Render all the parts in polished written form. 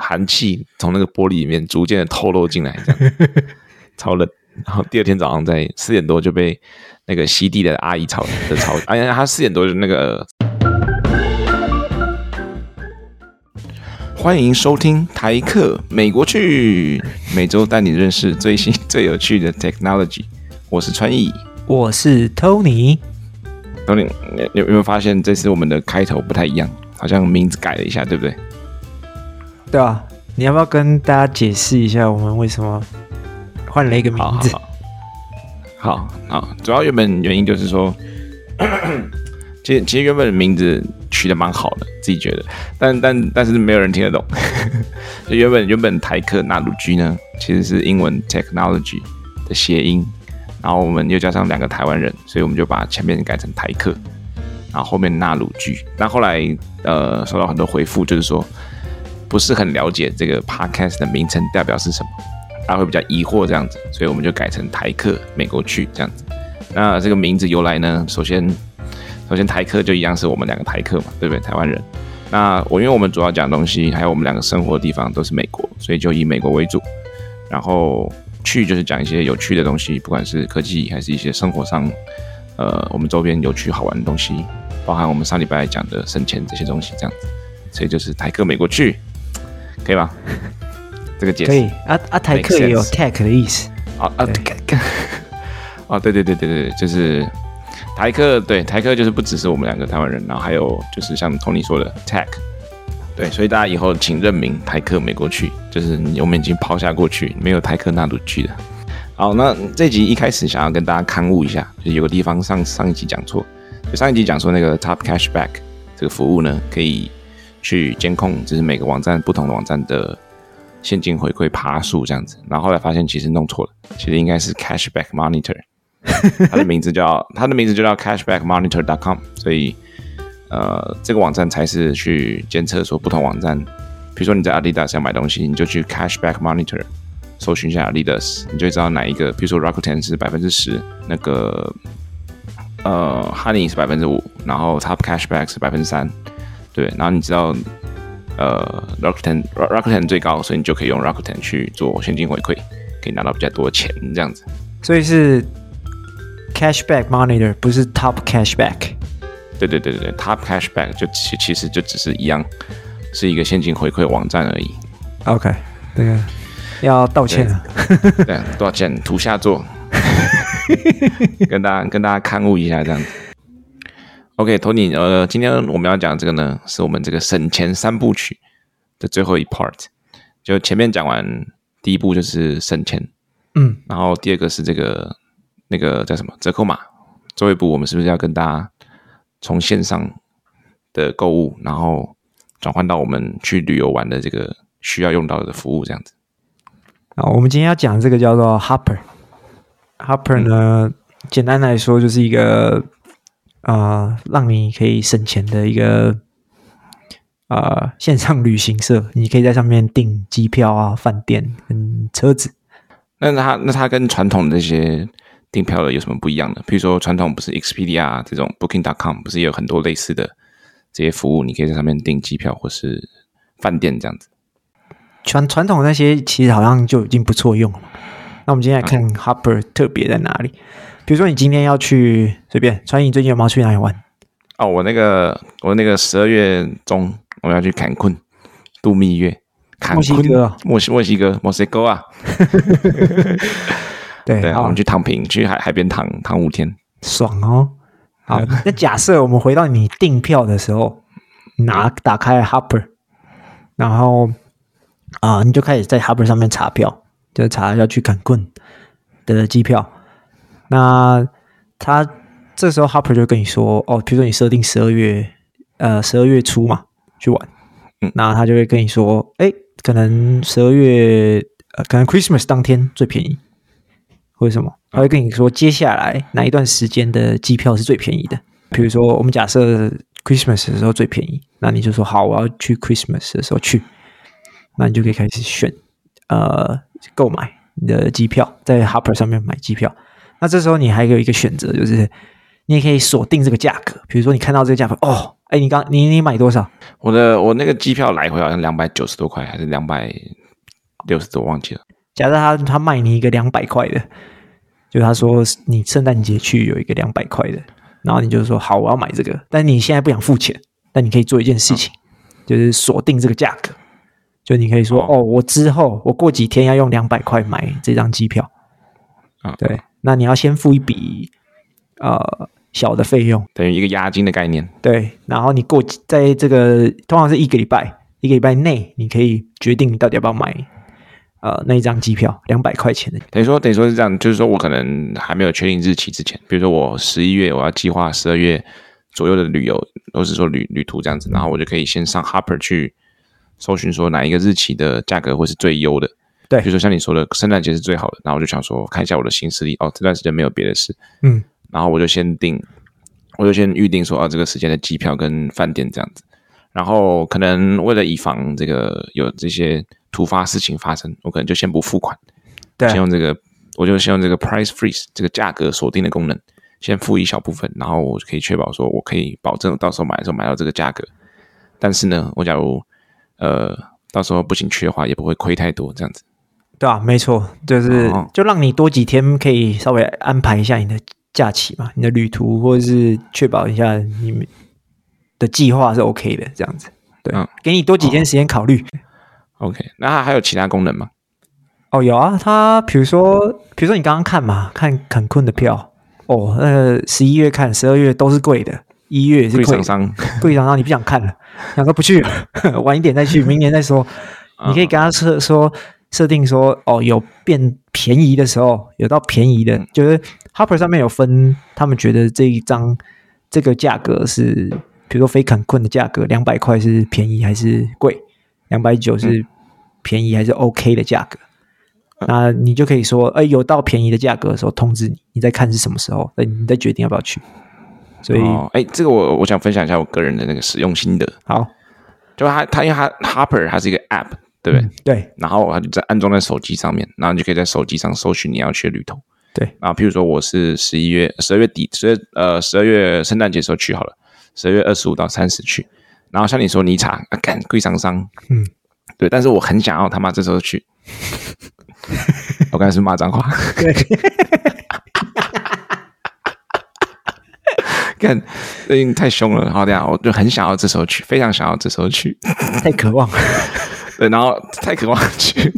寒气从那个玻璃里面逐渐的透露进来，这样超冷。然后第二天早上在4点多就被那个吸地的阿姨吵，哎呀，她4点多就那个。欢迎收听台客美国去，每周带你认识最新最有趣的 technology。我是川艺， 我是 Tony。 Tony， 你有没有发现这次我们的开头不太一样？好像名字改了一下，对不对？ 对啊，你要不要跟大家解释一下我们为什么换了一个名字？ 好，主要原因就是说，其实原本的名字取得蛮好的，自己觉得，但是没有人听得懂。就原本台客纳鲁居呢，其实是英文 technology 的谐音，然后我们又加上2个台湾人，所以我们就把前面改成台客，然后后面纳鲁居。但后来收到很多回复，就是说不是很了解这个 podcast 的名称代表是什么。他会比较疑惑这样子，所以我们就改成台客美国去这样子。那这个名字由来呢，首先台客就一样是我们2个台客嘛，对不对？台湾人。那因为我们主要讲的东西，还有我们2个生活的地方都是美国，所以就以美国为主。然后去就是讲一些有趣的东西，不管是科技还是一些生活上，我们周边有趣好玩的东西，包含我们上礼拜讲的省钱这些东西这样子。所以就是台客美国去，可以吗？这个解释可以台客也有 tech 的意思对，就是台客，对，台客就是不只是我们2个台湾人，然后还有就是像 Tony 说的 tech， 对，所以大家以后请认明台客美国去，就是我们已经抛下过去，没有台客纳鲁去的。好，那这集一开始想要跟大家勘误一下，就是有个地方上一集讲错，就上一集讲说那个 Top Cashback 这个服务呢，可以去监控，就是每个网站不同的网站的现金回馈趴数这样子，然后后来发现其实弄错了，其实应该是 Cashback Monitor， 它的名字就叫 cashbackmonitor.com， 所以这个网站才是去监测说不同网站，比如说你在 Adidas 要买东西，你就去 Cashback Monitor 搜寻一下 Adidas， 你就会知道哪一个，比如说 Rakuten 是 10%， 那个Honey 是 5%， 然后 Top Cashback 是 3%， 对，然后你知道Rakuten 最高，所以你就可以用 Rakuten 去做现金回馈，可以拿到比较多的钱这样子。 所以是 Cashback Monitor， 不是 Top Cashback。 对 ，Top Cashback 就其实就只是一样，是一个现金回馈网站而已。 OK， 这个要道歉了。 对，多少钱？图下座，跟大家勘误一下这样子。OK，Tony，今天我们要讲这个呢，是我们这个省钱3部曲的最后一 part。就前面讲完，第一步就是省钱，然后第二个是这个那个叫什么折扣码，最后一步我们是不是要跟大家从线上的购物，然后转换到我们去旅游玩的这个需要用到的服务这样子？ 好，我们今天要讲这个叫做 Hopper。Hopper 呢，简单来说就是一个让你可以省钱的一个线上旅行社，你可以在上面订机票啊、饭店跟车子。 那它跟传统的这些订票的有什么不一样呢？譬如说传统不是 Expedia 这种 Booking.com 不是也有很多类似的这些服务，你可以在上面订机票或是饭店这样子。 传统那些其实好像就已经不错用了。那我们今天来看 Hopper 特别在哪里。比如说你今天要去随便，川艺最近有没有去哪里玩？ 我那个12月中我们要去坎昆度蜜月， 墨西哥啊， 墨西哥啊。对，我们去躺平，去海边躺5天， 爽哦。好，那假设我们回到你订票的时候，打开 Hopper， 然后你就开始在 Hopper 上面查票，就查要去坎昆的机票。那他这时候 Hopper 就跟你说，比如说你设定12月初嘛去玩，那他就会跟你说，可能12月可能 Christmas 当天最便宜，为什么？他会跟你说接下来哪一段时间的机票是最便宜的。比如说我们假设 Christmas 的时候最便宜，那你就说好，我要去 Christmas 的时候去，那你就可以开始选购买你的机票，在 Hopper 上面买机票。那这时候你还有一个选择，就是你也可以锁定这个价格。比如说你看到这个价格， 哎，你买多少？ 我那个机票来回好像290多块，还是260多，忘记了。 假设他卖你一个200块的，就他说你圣诞节去有一个200块的，然后你就说好，我要买这个，但你现在不想付钱，但你可以做一件事情，就是锁定这个价格。就你可以说我过几天要用200块买这张机票，对，那你要先付一笔小的费用， 等于一个押金的概念。 对，然后你在这个通常是一个礼拜内，你可以决定你到底要不要买那一张机票200块钱的。 等于说是这样，就是说我可能还没有确定日期之前，比如说我11月我要计划12月左右的旅游，都是说旅途这样子，然后我就可以先上 Hopper 去搜寻说哪一个日期的价格会是最优的。 对， 比如说像你说的圣诞节是最好的，然后我就想说看一下我的行事历，这段时间没有别的事，然后我就先预定说这个时间的机票跟饭店这样子，然后可能为了以防这个有这些突发事情发生，我可能就先不付款， 对， 我就先用这个 price freeze 这个价格锁定的功能，先付一小部分，然后我就可以确保说我可以保证到时候买的时候买到这个价格，但是呢，我假如到时候不行去的话，也不会亏太多这样子。 对啊，没错，就让你多几天可以稍微安排一下你的假期嘛，你的旅途，或者是确保一下你们的计划是 OK 的，这样子。对，给你多几天时间考虑。 OK， 那还有其他功能吗？ 有啊，它比如说你刚刚看嘛，看坎昆的票，11月看12月都是贵的，1月也是贵的，贵厂商你不想看了，想说不去了，晚一点再去，明年再说。你可以跟他设定说，有变便宜的时候，有到便宜的，就是 Hopper 上面有分，他们觉得这一张这个价格是，比如说非坎昆的价格200块是便宜还是贵，290是便宜还是 OK 的价格。那你就可以说，有到便宜的价格的时候通知你，你再看是什么时候，你再决定要不要去。所以， 这个我想分享一下我个人的那个使用心得。 好， 就因为它 Hopper 它是一个 App， 对不对？ 对。 然后它就在安装在手机上面，然后你就可以在手机上搜寻你要去的旅途。 对。 然后譬如说我是12月圣诞节的时候去好了，12月25到30去。然后像你说你查干贵厂商，对，但是我很想要他妈这时候去。我刚才是骂脏话。 对。 干，最近太凶了，好这样，我就很想要这时候去，非常想要这时候去， 太渴望了。 对，然后太渴望去，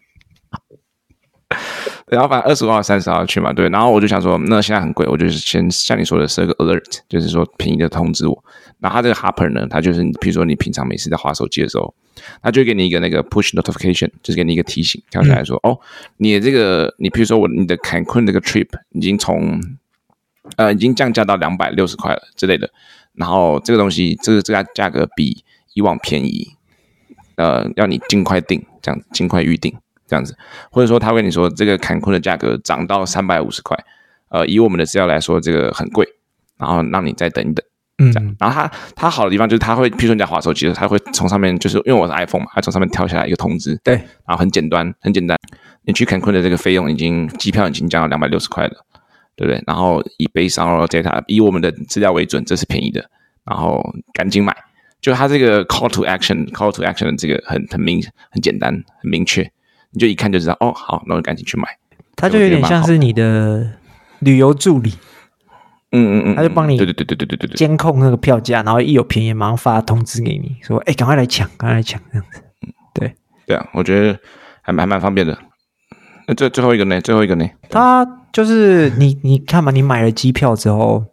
然后反正25号、30号去嘛，对，然后我就想说，那现在很贵，我就是先像你说的设个 alert， 就是说便宜的通知我。然后它这个 Hopper 呢，它就是比如说你平常没事在滑手机的时候，它就会给你一个那个 push notification， 就是给你一个提醒，跳下来说，你的这个，你比如说你的坎昆这个 trip 已经降价到260块了之类的，然后这个东西这个价格比以往便宜，要你尽快订，这样尽快预订这样子，或者说他会跟你说这个坎昆的价格涨到350块，以我们的资料来说这个很贵，然后让你再等一等。这样，然后它好的地方就是它会，譬如说你在滑手机的时候，它会从上面，就是因为我是 iPhone 嘛，它从上面跳下来一个通知， 对， 然后很简单，你去坎昆的这个费用机票已经降到260块了，对不对？然后以 based on our data， 以我们的资料为准，这是便宜的，然后赶紧买。就它这个 call to action 的这个很简单，很明确，你就一看就知道，好，那我赶紧去买。 它就有点像是你的旅游助理。他就帮你对监控那个票价，然后一有便宜马上发通知给你，说赶快来抢这样子。 对啊，我觉得还蛮方便的。那最后一个呢？ 他就是你看嘛，你买了机票之后，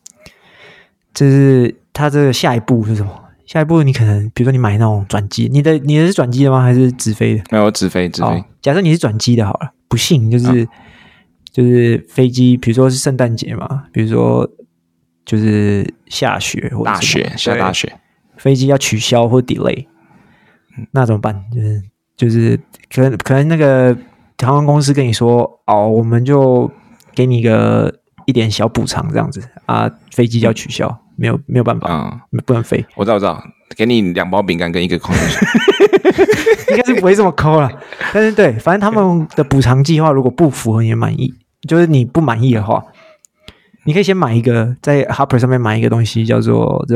就是他这个下一步是什么？下一步你可能比如说你买那种转机，你的是转机的吗？还是直飞的？ 没有，直飞。 假设你是转机的好了，不幸就是飞机，比如说是圣诞节嘛，比如说就是下雪或者下大雪， 飞机要取消或 delay，那怎么办？就是可能那个航空公司跟你说，我们就给你一点小补偿这样子啊，飞机要取消，没有办法，不能飞。 我知道，给你2包饼干跟1个空气。 应该是不会这么抠啦，但是对，反正他们的补偿计划如果不符合你的满意。就是你不满意的话，你可以先买一个在 Hopper 上面买一个东西，叫做这种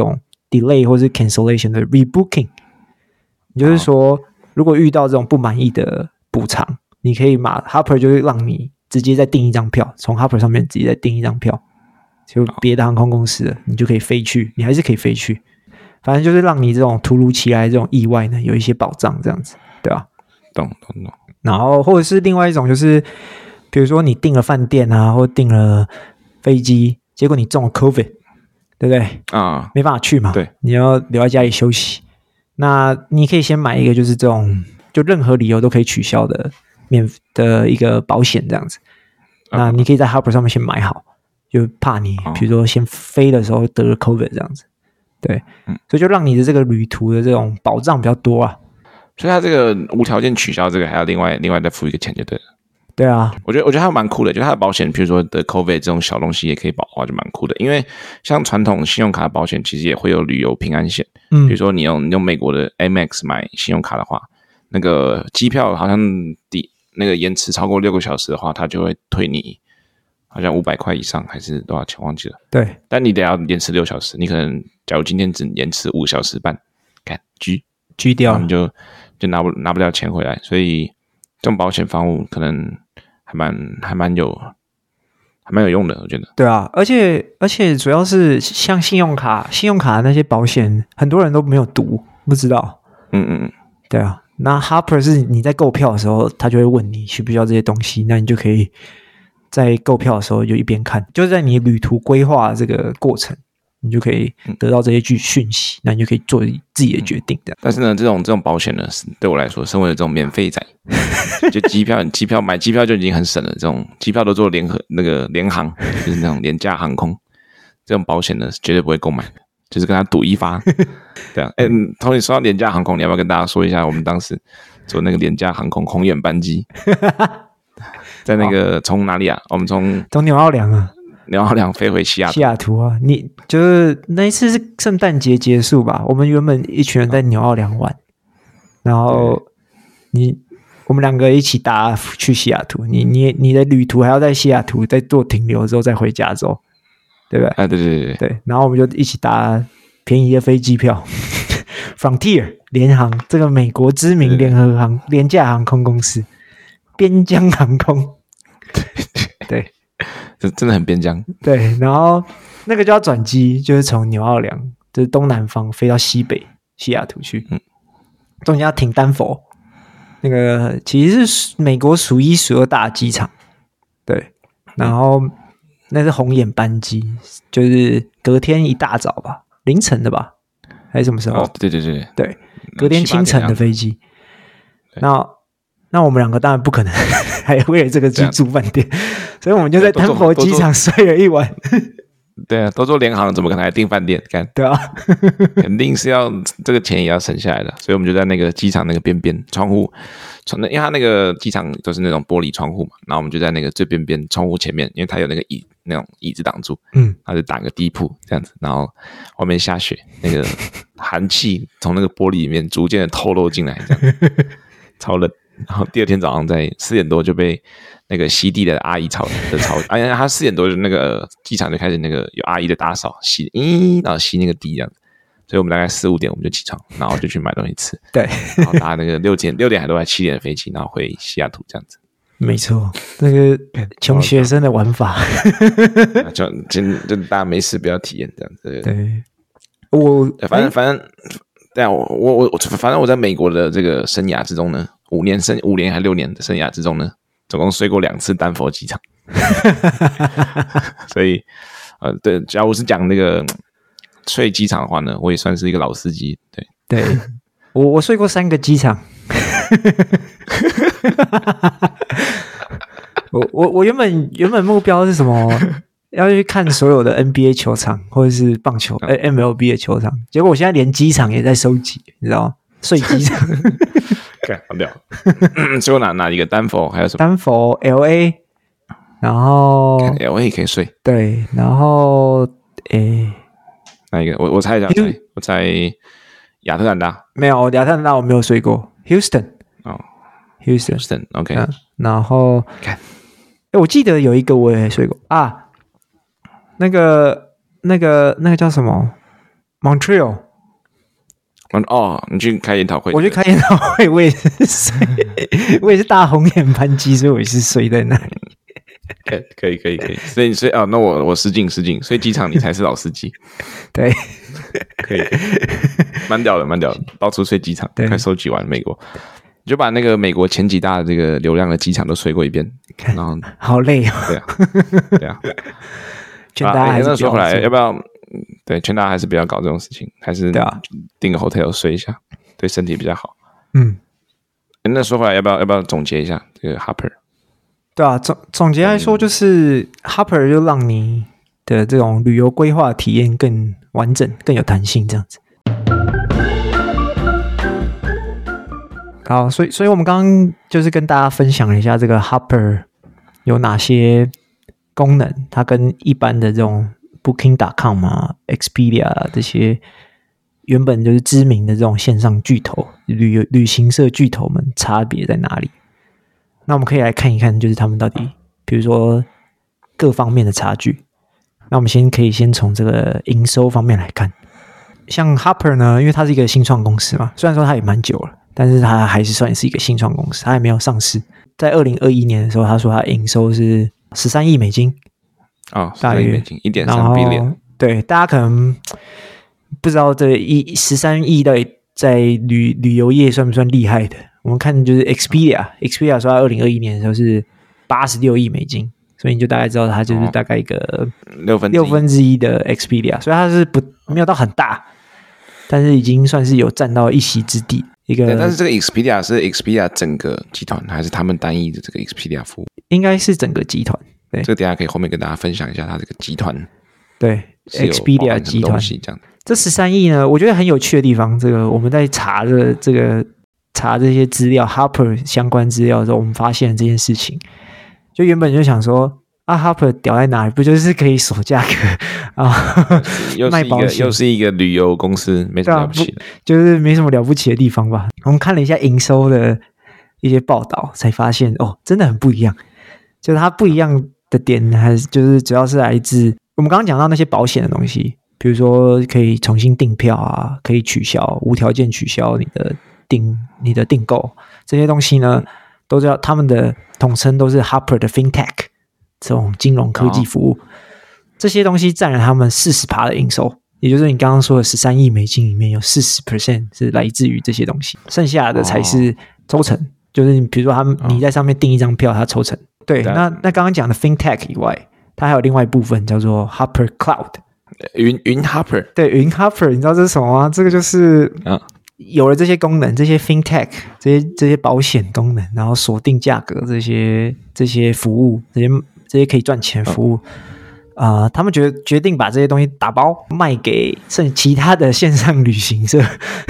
delay 或是 cancellation 的 rebooking， 也就是说，如果遇到这种不满意的补偿，你可以Hopper 就会让你直接再订一张票，从 Hopper 上面直接再订一张票，就别的航空公司的你就可以飞去，你还是可以飞去，反正就是让你这种突如其来的这种意外呢有一些保障，这样子，对吧？ 懂。 然后或者是另外一种就是，比如说你订了饭店啊，或订了飞机，结果你中了 COVID， 对不对？啊，没办法去嘛，对，你要留在家里休息。那你可以先买一个就是这种就任何理由都可以取消的一个保险这样子。那你可以在 Hopper 上面先买好，就怕你比如说先飞的时候得了 COVID 这样子。对，所以就让你的这个旅途的这种保障比较多啊。 所以他这个无条件取消这个还要另外再付一个钱就对了。 对啊， 我觉得还蛮酷的，就他的保险，比如说的 COVID 这种小东西也可以保的话，就蛮酷的。因为像传统信用卡的保险，其实也会有旅游平安险。比如说你用美国的 Amex 买信用卡的话，那个机票好像那个延迟超过6个小时的话，他就会退你好像500块以上还是多少钱忘记了。 对， 但你得要延迟6小时，你可能假如今天只延迟5小时半，干 G 掉， 你就拿不了钱回来。所以这种保险防务可能还蛮有用的，我觉得。 对啊，而且主要是像信用卡的那些保险，很多人都没有读，不知道。对啊，那 Hopper 是你在购票的时候，他就会问你需不需要这些东西，那你就可以在购票的时候就一边看，就是在你旅途规划这个过程，你就可以得到这些讯息，那你就可以做自己的决定的。 但是呢，这种保险呢，对我来说，身为这种免费仔，就买机票就已经很省了。这种机票都做联航，就是那种廉价航空，这种保险呢绝对不会购买，就是跟他赌一发。对啊，Tony 说到廉价航空，你要不要跟大家说一下我们当时做那个廉价航空红眼班机，在那个从哪里啊？我们从纽奥良啊。 纽奥良飞回西雅图啊，你就是那一次是圣诞节结束吧？我们原本一群人在纽奥良玩，然后我们两个一起搭去西雅图，你的旅途还要在西雅图再做停留之后再回加州，对不对？ 啊，对， 然后我们就一起搭便宜的飞机票，Frontier 联航，这个美国知名廉价航空公司，边疆航空，对。 这真的很边疆。 对，然后那个就要转机，就是从纽奥良，就是东南方飞到西雅图去，中间要停丹佛，那个其实是美国数1数2大的机场，对，然后那是红眼班机，就是隔天一大早吧，凌晨的吧，还是什么时候？对，隔天清晨的飞机，那我们两个当然不可能还为了这个去住饭店，所以我们就在丹佛机场睡了一晚。 对啊，都做联航，怎么可能还订饭店？干对啊， 肯定是要这个钱也要省下来的，所以我们就在那个机场那个边边窗户，因为它那个机场都是那种玻璃窗户嘛，然后我们就在那个最边边窗户前面，因为它有那种椅子挡住，它就打个地铺这样子，然后外面下雪，那个寒气从那个玻璃里面逐渐的透露进来，这样超冷。然后第二天早上在4点多就被那个吸地的阿姨吵，他4点多就那个机场就开始那个有阿姨的打扫吸，然后吸那个地这样子，所以我们大概4、5点我们就起床，然后就去买东西吃， 对， 然后搭那个6点还都在7点的飞机，然后回西雅图这样子。 没错，那个穷学生的玩法， 就大家没事不要体验这样子。 对， 反正对啊，反正我在美国的这个生涯之中呢，5年还6年的生涯之中呢，总共睡过2次丹佛机场。所以对，假如是讲那个睡机场的话呢，我也算是一个老司机。 对，我睡过3个机场。我原本目标是什么？要去看所有的 NBA 球场或者是棒球MLB 的球场，结果我现在连机场也在收集，你知道吗？睡机场。 看好屌。睡过哪一个？丹佛还有什么？ 丹佛 LA， 然后 LA 也可以睡。 对，然后哪一个？我猜一下，我猜亚特兰大。 没有，亚特兰大我没有睡过。Houston Houston OK， 然后我记得有一个我也睡过啊，那个叫什么 Montreal。 哦，你去开研讨会？ 我去开研讨会，我也是睡，我也是大红眼班机，所以我也是睡在那里。 可以，所以哦，那我失敬，所以机场你才是老司机。 对， 可以，蛮屌的，到处睡机场，快收集完美国，你就把那个美国前几大的这个流量的机场都睡过一遍，然后好累哦。 对啊， 劝大家还是那说回来，要不要？对，劝大家还是不要搞这种事情，还是订个 hotel 睡一下，对身体比较好。那说回来，要不要总结一下这个 Hopper？ 对啊，总结来说，就是 Hopper 就让你的这种旅游规划体验更完整、更有弹性，这样子。好，所以我们刚刚就是跟大家分享了一下这个 Hopper 有哪些功能，它跟一般的这种Booking.com 啊 Expedia 这些原本就是知名的这种线上巨头旅行社巨头们差别在哪里。那我们可以来看一看，就是他们到底比如说各方面的差距。那我们可以先从这个营收方面来看。像 Hopper 呢，因为它是一个新创公司嘛，虽然说它也蛮久了，但是它还是算是一个新创公司，它还没有上市。在2021年的时候，他说它营收是13亿美金。 13亿美金，1.3 billion。 对，大家可能不知道这13亿到底在旅游业算不算厉害的？我们看就是 Expedia 说它2021年的时候是86亿美金，所以你就大概知道它就是大概一个六分之一的 Expedia， 所以它是没有到很大，但是已经算是有占到一席之地。 但是这个 Expedia 是 Expedia 整个集团，还是他们单一的这个 Expedia 服务？ 应该是整个集团。对， 这个等一下可以后面跟大家分享一下它这个集团。 对 ，Expedia 集团这13亿呢，我觉得很有趣的地方。这个我们在查这些资料 ，Hopper 相关资料的时候，我们发现这件事情。就原本就想说，Hopper 屌在哪里？不就是可以锁价格啊？卖保险又是一个旅游公司，没什么了不起的， 就是没什么了不起的地方吧？我们看了一下营收的一些报道，才发现真的很不一样。就是它不一样的点，还是就是主要是来自我们刚刚讲到那些保险的东西，比如说可以重新订票啊，可以取消无条件取消你的订购这些东西呢，都叫他们的统称都是 Hopper 的 FinTech 这种金融科技服务，这些东西占了他们 40% 的营收，也就是你刚刚说的13亿美金里面有 40% 是来自于这些东西，剩下的才是抽成，就是你比如说你在上面订一张票，它抽成。对，那刚刚讲的 FinTech 以外，它还有另外一部分叫做 Hopper Cloud， 云 Hopper。 对，云 Hopper， 你知道这是什么吗？这个就是有了这些功能，这些 FinTech 这些保险功能，然后锁定价格这些服务，这些可以赚钱的服务，他们决定把这些东西打包卖给其他的线上旅行社。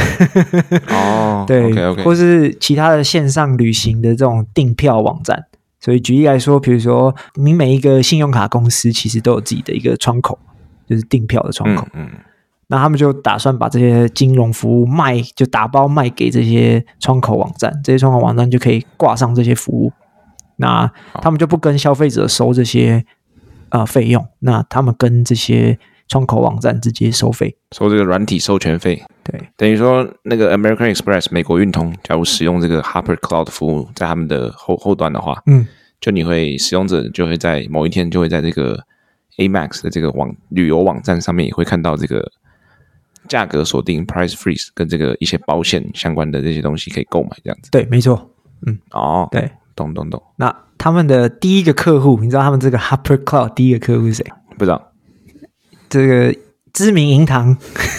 对， okay. 或是其他的线上旅行的这种订票网站。所以举例来说，比如说你每一个信用卡公司其实都有自己的一个窗口，就是订票的窗口。那他们就打算把这些金融服务就打包卖给这些窗口网站，这些窗口网站就可以挂上这些服务。那他们就不跟消费者收这些费用，那他们跟这些窗口网站直接收费， 收这个软体授权费。 对， 等于说那个 American Express 美国运通，假如使用这个 Hopper Cloud 服务，在他们的后端的话，就你会使用者就会在某一天就会在这个 Amex 的这个旅游网站上面也会看到这个价格锁定 Price Freeze 跟这个一些保险相关的这些东西可以购买这样子。 对，没错。对， 懂。 那他们的第一个客户，你知道他们这个 Hopper Cloud 第一个客户是谁？ 不知道。 这个知名银行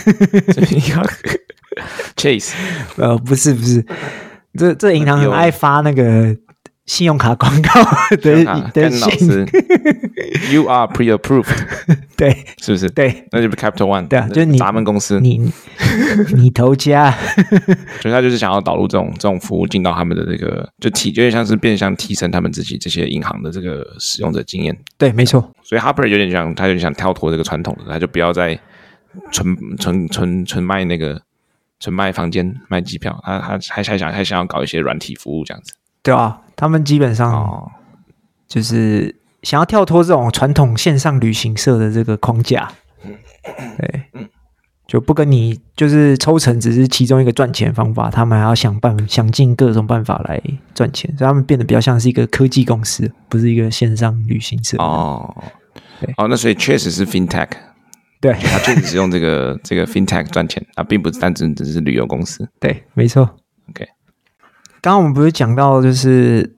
Chase 不是，这银行很爱发那个信用卡广告的信 You are pre-approved 对， 是不是？ 对， 那就是 Capital One。 对啊，就是咱们公司你头家所以他就是想要导入这种服务进到他们的这个有点像是变相提升他们自己这些银行的这个使用者经验。 对，没错。 所以 Hopper 有点想跳脱这个传统的，他就不要再纯卖那个纯卖房间卖机票，他还想要搞一些软体服务这样子。 对啊，他们基本上就是想要跳脱这种传统线上旅行社的这个框架。对， 就不跟你就是抽成只是其中一个赚钱方法，他们还要想尽各种办法来赚钱，所以他们变得比较像是一个科技公司，不是一个线上旅行社。 那所以确实是 fintech， 对， 他确实是用这个 fintech 赚钱，啊，并不是单纯只是旅游公司。 对，没错。 OK， 刚刚我们不是讲到就是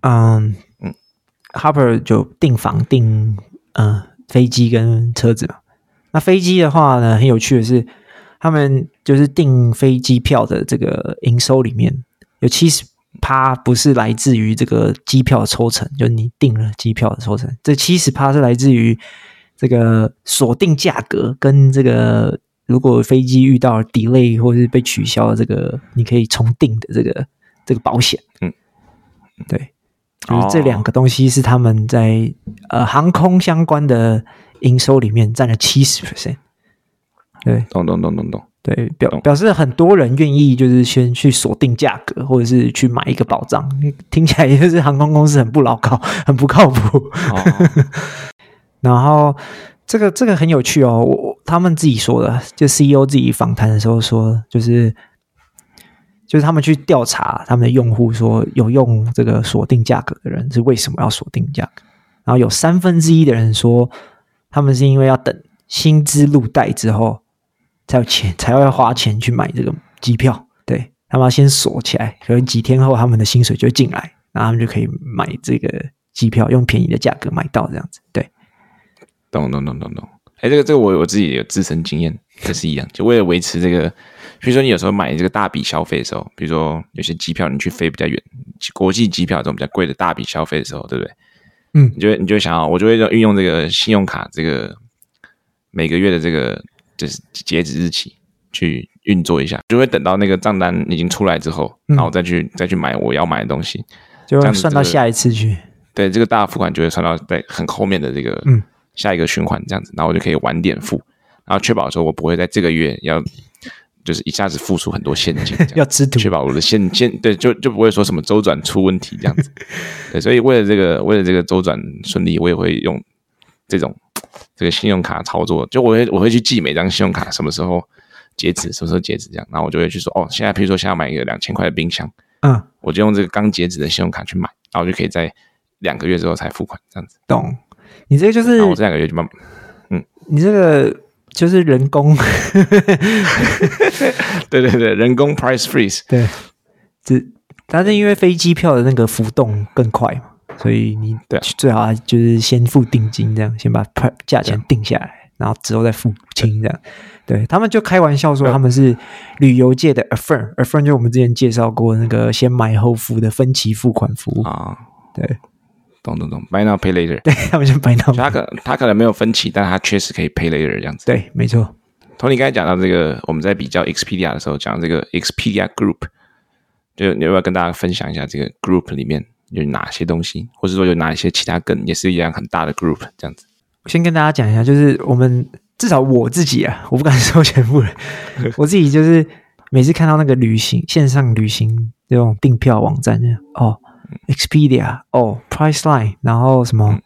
Hopper 就订房订飞机跟车子嘛。那飞机的话呢，很有趣的是，他们就是订飞机票的这个营收里面，有70%不是来自于这个机票的抽成，就是你订了机票的抽成，这70%是来自于这个锁定价格跟这个如果飞机遇到 delay 或是被取消的这个，你可以重订的这个保险。对，就是这两个东西是他们在航空相关的营收里面占了70%。对， 懂。 对，表示很多人愿意就是先去锁定价格，或者是去买一个保障，听起来就是航空公司很不牢靠，很不靠谱。然后这个很有趣哦，他们自己说的，就 CEO 自己访谈的时候说，就是他们去调查他们的用户，说有用这个锁定价格的人是为什么要锁定价格，然后有1/3的人说他们是因为要等薪资入袋之后才要花钱去买这个机票，对，他们要先锁起来，可能几天后他们的薪水就进来，然后他们就可以买这个机票，用便宜的价格买到这样子。对， 懂。这个我自己有自身经验，也是一样，就为了维持这个，比如说你有时候买这个大笔消费的时候，比如说有些机票你去飞比较远，国际机票这种比较贵的大笔消费的时候，对不对？你就会想要，我就会运用这个信用卡这个每个月的这个就是截止日期去运作一下，就会等到那个账单已经出来之后，然后再去买我要买的东西， 就会算到下一次去。 对，这个大付款就会算到在很后面的这个下一个循环这样子，然后我就可以晚点付，然后确保说我不会在这个月要就是一下子付出很多现金， 要吃土， 确保我的对就不会说什么周转出问题这样子。对，所以为了这个周转顺利，我也会用这个信用卡操作，就我会去记每张信用卡什么时候截止，什么时候截止这样，然后我就会去说现在比如说现在买一个2000块的冰箱，我就用这个刚截止的信用卡去买，然后我就可以在2个月之后才付款这样子。 懂？你这个就是我这2个月就慢慢， 你这个就是人工， 对，人工 price freeze， 对，但是因为飞机票的那个浮动更快嘛，所以你最好就是先付定金，这样先把价钱定下来，然后之后再付清这样。对，他们就开玩笑说他们是旅游界的 Affirm 就我们之前介绍过那个先买后付的分期付款服务啊。对， 懂 ，Buy now pay later。 对，他们就 Buy now。 他可能没有分期，但他确实可以 pay later 这样子。 对，没错。 Tony 刚才讲到这个，我们在比较 Expedia 的时候讲这个 Expedia Group， 就你要不要跟大家分享一下这个 Group 里面有哪些东西，或者说有哪一些其他梗也是一样很大的 Group 这样子？ 我先跟大家讲一下，就是我们至少我自己啊，我不敢说全部人，我自己就是每次看到那个线上旅行这种订票网站Expedia Priceline， 然后什么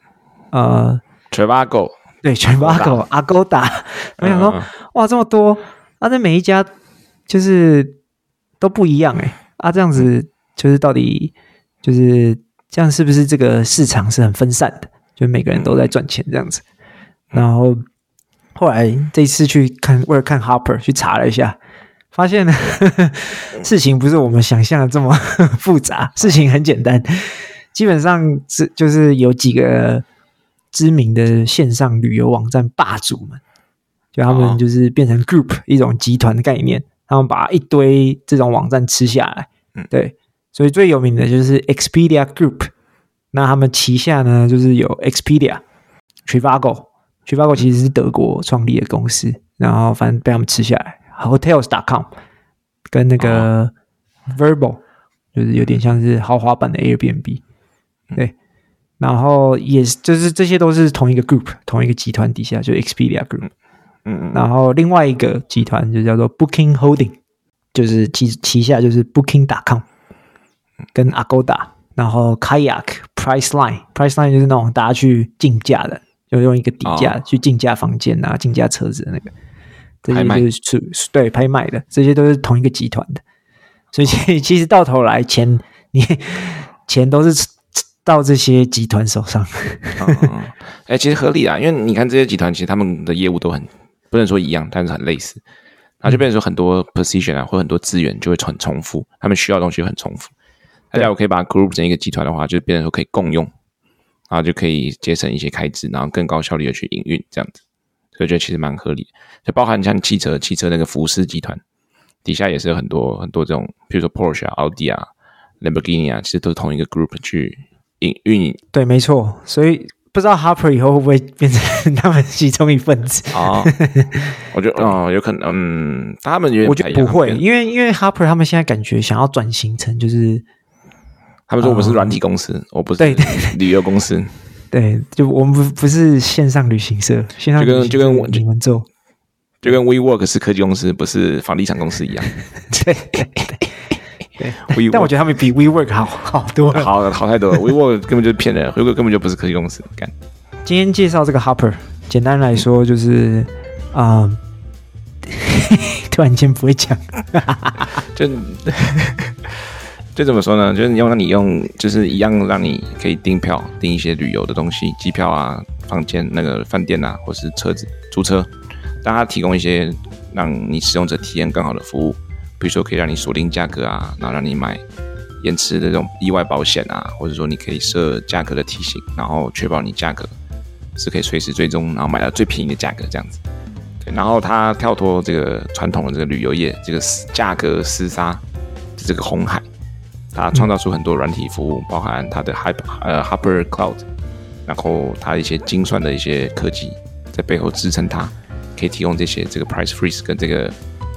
Trivago， 对 Trivago Agoda， 我想说哇这么多啊，这每一家就是都不一样这样子就是到底就是这样是不是这个市场是很分散的，就每个人都在赚钱这样子。然后后来这一次为了看 Hopper 去查了一下，发现呢事情不是我们想象的这么复杂，事情很简单，基本上就是有几个知名的线上旅游网站霸主们，就他们就是变成 group 一种集团的概念，他们把一堆这种网站吃下来，对，所以最有名的就是 Expedia Group， 那他们旗下呢就是有 Expedia、Trivago 其实是德国创立的公司，然后反正被他们吃下来。Hotels.com 跟那个 Vrbo 就是有点像是豪华版的 Airbnb， 对，然后也就是这些都是同一个 group 同一个集团底下，就 Expedia Group， 然后另外一个集团就叫做 Booking Holding， 就是旗下就是 Booking.com 跟 Agoda， 然后 Kayak、Priceline 就是那种大家去竞价的，就用一个底价去竞价房间啊竞价车子的那个。 这些就是对拍卖的，这些都是同一个集团的。所以其实到头来钱都是到这些集团手上。 其实合理啊，因为你看这些集团其实他们的业务都很不能说一样，但是很类似，然后就变成说很多 position 啊或很多资源就会很重复，他们需要的东西很重复。大家我可以把它 group 成一个集团的话，就变成说可以共用，然后就可以节省一些开支，然后更高效率的去营运这样子。所以我觉得其实蛮合理的，就包含像汽车那个福斯集团底下也是有很多这种，比如说 Porsche 啊、奥迪啊、Lamborghini 啊，其实都是同一个 group 去运营。 对，没错。所以不知道 Harper 以后会不会变成他们其中一份子？ 我觉得有可能，他们有点我觉得不会，因为 Harper 他们现在感觉想要转型成就是， 他们说我们是软体公司，我不是旅游公司。 对，就我们不是线上旅行社，线上旅行社就跟你们做， 就跟 WeWork 是科技公司，不是房地产公司一样。 对，但我觉得他们比 WeWork 好多了， 好太多了。WeWork 根本就是骗人 ，WeWork 根本就不是科技公司。干， 今天介绍这个 Harper， 简单来说就是突然间不会讲， 就怎么说呢？就是让你用，就是一样让你可以订票，订一些旅游的东西，机票啊、房间、那个饭店啊，或是车子租车，让它提供一些让你使用者体验更好的服务，比如说可以让你锁定价格啊，然后让你买延迟的这种意外保险啊，或者说你可以设价格的提醒，然后确保你价格是可以随时追踪，然后买到最便宜的价格这样子。对，然后它跳脱这个传统的这个旅游业这个价格厮杀的这个红海。它创造出很多软体服务，包含它的Harper Cloud， 然后它一些精算的一些科技在背后支撑它，可以提供这个 price freeze 跟这个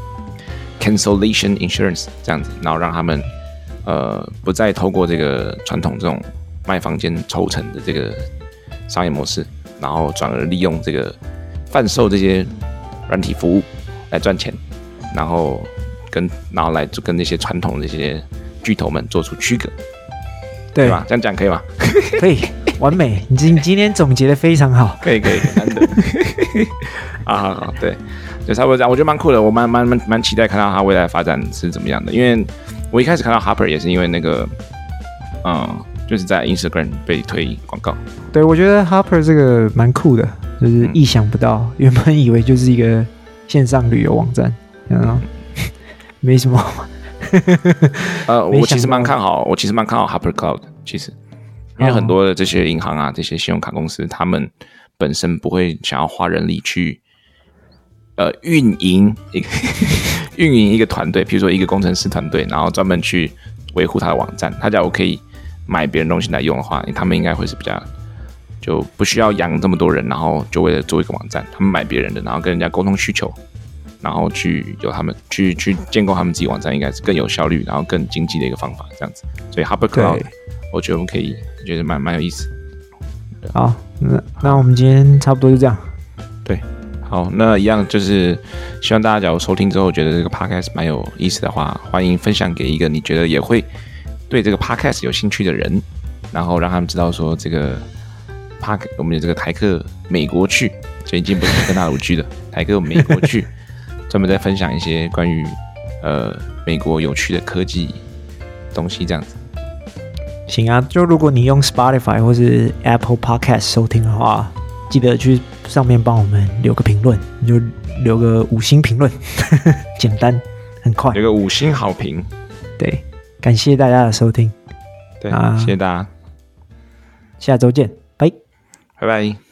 cancellation insurance 这样子，然后让他们不再透过这个传统这种卖房间抽成的这个商业模式，然后转而利用这个贩售这些软体服务来赚钱，然后来就跟那些传统的这些巨头们做出区隔，对吧？这样讲可以吗？ 可以，完美。你今天总结的非常好， 可以，难得。好，对，就差不多这样。我觉得蛮酷的，我蛮期待看到它未来的发展是怎么样的。因为我一开始看到 Harper 也是因为那个，就是在 Instagram 被推广告。 对，我觉得 Harper 这个蛮酷的，就是意想不到，原本以为就是一个线上旅游网站，没什么。 我其实蛮看好 Harper Cloud， 其实，因为很多的这些银行啊，这些信用卡公司，他们本身不会想要花人力去运营一个团队，比如说一个工程师团队，然后专门去维护他的网站。他假如可以买别人东西来用的话，他们应该会是比较就不需要养这么多人，然后就为了做一个网站，他们买别人的，然后跟人家沟通需求。然后由他们去建构他们自己网站，应该是更有效率，然后更经济的一个方法，这样子。所以 Harper Cloud， 我觉得我们可以，觉得蛮有意思。 好，那我们今天差不多就这样。 对，好，那一样就是希望大家假如收听之后觉得这个 podcast 蛮有意思的话，欢迎分享给一个你觉得也会对这个 podcast 有兴趣的人，然后让他们知道说这个我们有这个台客美国去，就已经不是台客大陆去的台客美国去。专门在分享一些关于美国有趣的科技东西这样子。 行啊，就如果你用 Spotify 或是 Apple Podcast 收听的话，记得去上面帮我们留个评论，你就留个5星评论，简单很快， 留个5星好评。 对，感谢大家的收听。 对，谢谢大家， 下周见，拜拜。